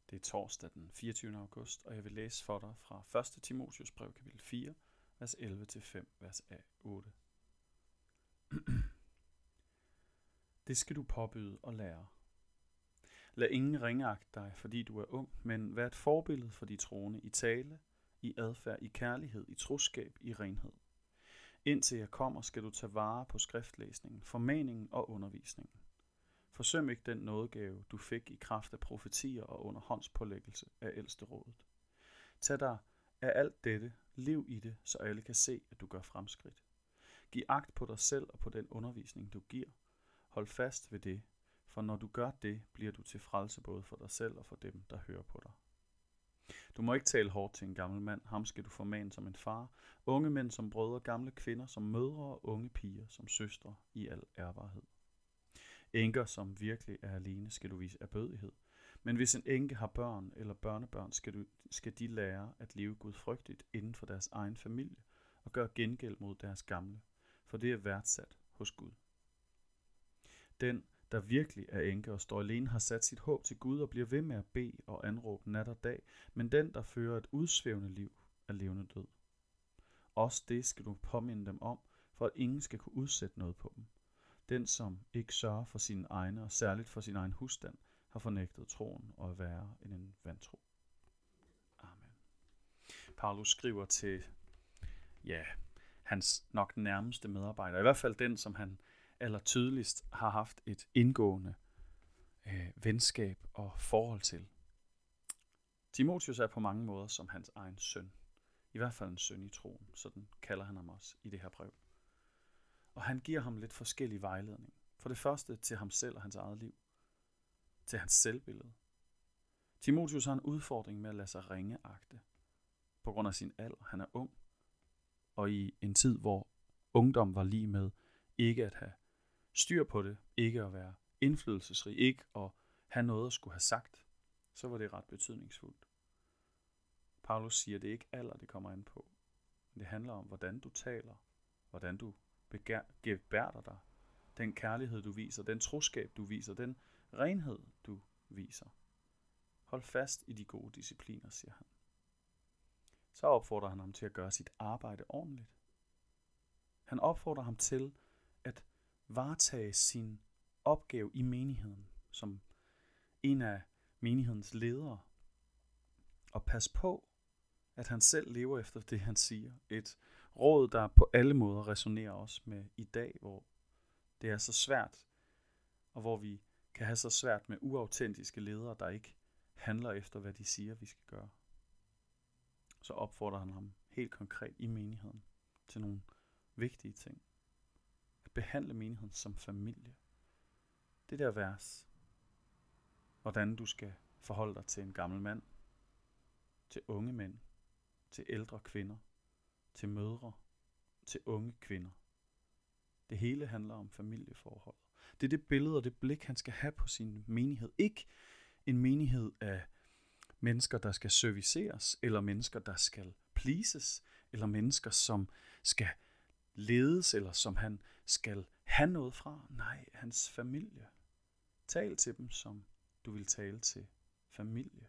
Det er torsdag den 24. august, og jeg vil læse for dig fra 1. Timotheus brev, kapitel 4, vers 11-5, vers 8. Det skal du påbyde og lære. Lad ingen ringeagte dig, fordi du er ung, men vær et forbillede for de troende i tale, i adfærd, i kærlighed, i troskab, i renhed. Indtil jeg kommer, skal du tage vare på skriftlæsningen, formaningen og undervisningen. Forsøm ikke den nådegave, du fik i kraft af profetier og under håndspålæggelse af ældsterådet. Tag dig af alt dette, lev i det, så alle kan se, at du gør fremskridt. Giv agt på dig selv og på den undervisning, du giver. Hold fast ved det, for når du gør det, bliver du til frelse både for dig selv og for dem, der hører på dig. Du må ikke tale hårdt til en gammel mand, ham skal du formane som en far, unge mænd som brødre, gamle kvinder som mødre og unge piger som søstre i al ærbarhed. Enker, som virkelig er alene, skal du vise ærbødighed. Men hvis en enke har børn eller børnebørn, skal de lære at leve gudfrygtigt inden for deres egen familie og gøre gengæld mod deres gamle, for det er værdsat hos Gud. Den, der virkelig er enke og står alene, har sat sit håb til Gud og bliver ved med at bede og anråbe nat og dag, men den, der fører et udsvævende liv, er levende død. Også det skal du påminde dem om, for at ingen skal kunne udsætte noget på dem. Den, som ikke sørger for sine egne, og særligt for sin egen husstand, har fornægtet troen og er værre end en vantro. Amen. Paulus skriver til, hans nok nærmeste medarbejder, i hvert fald den, som han allertydeligst har haft et indgående venskab og forhold til. Timotheus er på mange måder som hans egen søn. I hvert fald en søn i troen, sådan kalder han ham også i det her brev. Og han giver ham lidt forskellig vejledning. For det første til ham selv og hans eget liv. Til hans selvbillede. Timotheus har en udfordring med at lade sig ringeagte. På grund af sin alder. Han er ung. Og i en tid, hvor ungdom var lige med ikke at have styr på det, ikke at være indflydelsesrig, ikke at have noget at skulle have sagt, så var det ret betydningsfuldt. Paulus siger, at det ikke alder, det kommer an på. Det handler om, hvordan du taler, hvordan du gebærder dig, den kærlighed, du viser, den troskab, du viser, den renhed, du viser. Hold fast i de gode discipliner, siger han. Så opfordrer han ham til at gøre sit arbejde ordentligt. Han opfordrer ham til at varetage sin opgave i menigheden, som en af menighedens ledere, og pas på, at han selv lever efter det, han siger. Et råd, der på alle måder resonerer også med i dag, hvor det er så svært, og hvor vi kan have så svært med uautentiske ledere, der ikke handler efter, hvad de siger, vi skal gøre. Så opfordrer han ham helt konkret i menigheden til nogle vigtige ting. At behandle menigheden som familie. Det der vers, hvordan du skal forholde dig til en gammel mand, til unge mænd, til ældre kvinder, til mødre, til unge kvinder. Det hele handler om familieforhold. Det er det billede og det blik, han skal have på sin menighed. Ikke en menighed af mennesker, der skal serviceres, eller mennesker, der skal pleases, eller mennesker, som skal ledes, eller som han skal have noget fra. Nej, hans familie. Tal til dem, som du vil tale til familie.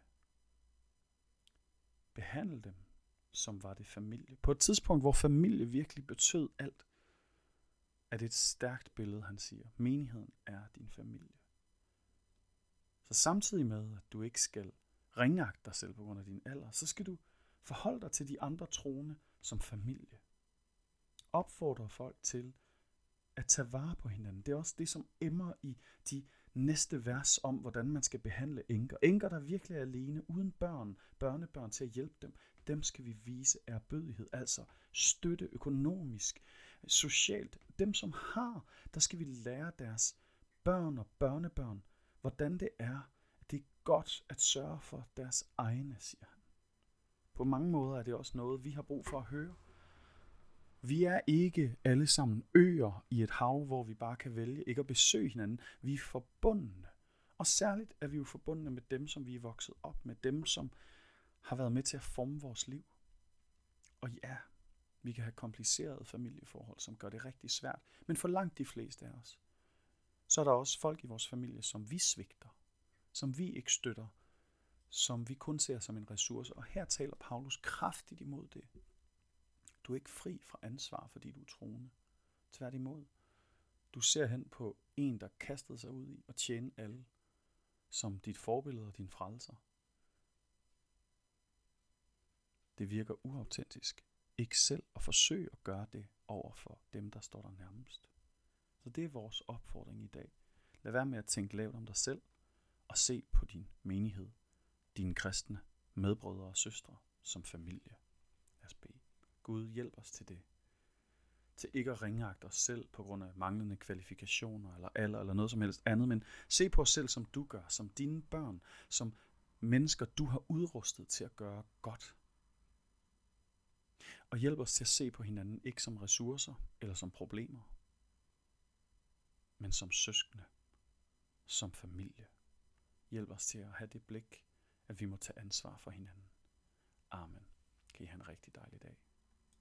Behandle dem, som var det familie. På et tidspunkt, hvor familie virkelig betød alt, er det et stærkt billede, han siger. Menigheden er din familie. Så samtidig med, at du ikke skal ringeagte dig selv på grund af din alder, så skal du forholde dig til de andre troende som familie. Opfordre folk til at tage vare på hinanden. Det er også det, som emmer i de næste vers om, hvordan man skal behandle enker. Enker, der virkelig er alene, uden børnebørn til at hjælpe dem, dem skal vi vise ærbødighed, altså støtte økonomisk, socialt. Dem, som har, der skal vi lære deres børn og børnebørn, hvordan det er godt at sørge for deres egne, siger han. På mange måder er det også noget, vi har brug for at høre. Vi er ikke alle sammen øer i et hav, hvor vi bare kan vælge ikke at besøge hinanden. Vi er forbundne. Og særligt er vi jo forbundne med dem, som vi er vokset op med. Dem, som har været med til at forme vores liv. Og ja, vi kan have komplicerede familieforhold, som gør det rigtig svært. Men for langt de fleste af os, så er der også folk i vores familie, som vi svigter. Som vi ikke støtter. som vi kun ser som en ressource. Og her taler Paulus kraftigt imod det. Du er ikke fri fra ansvar, fordi du er troende. Tværtimod. Du ser hen på en, der kastede sig ud i at tjene alle, som dit forbillede og din frelser. Det virker uautentisk. Ikke selv at forsøge at gøre det over for dem, der står der nærmest. Så det er vores opfordring i dag. Lad være med at tænke lavt om dig selv, og se på din menighed, dine kristne medbrødre og søstre som familie. Lad os bede. Gud, hjælp os til det. Til ikke at ringeagte os selv på grund af manglende kvalifikationer eller alder eller noget som helst andet, men se på os selv, som du gør, som dine børn, som mennesker, du har udrustet til at gøre godt. Og hjælp os til at se på hinanden, ikke som ressourcer eller som problemer, men som søskende, som familie. Hjælp os til at have det blik, at vi må tage ansvar for hinanden. Amen. Kan I have en rigtig dejlig dag.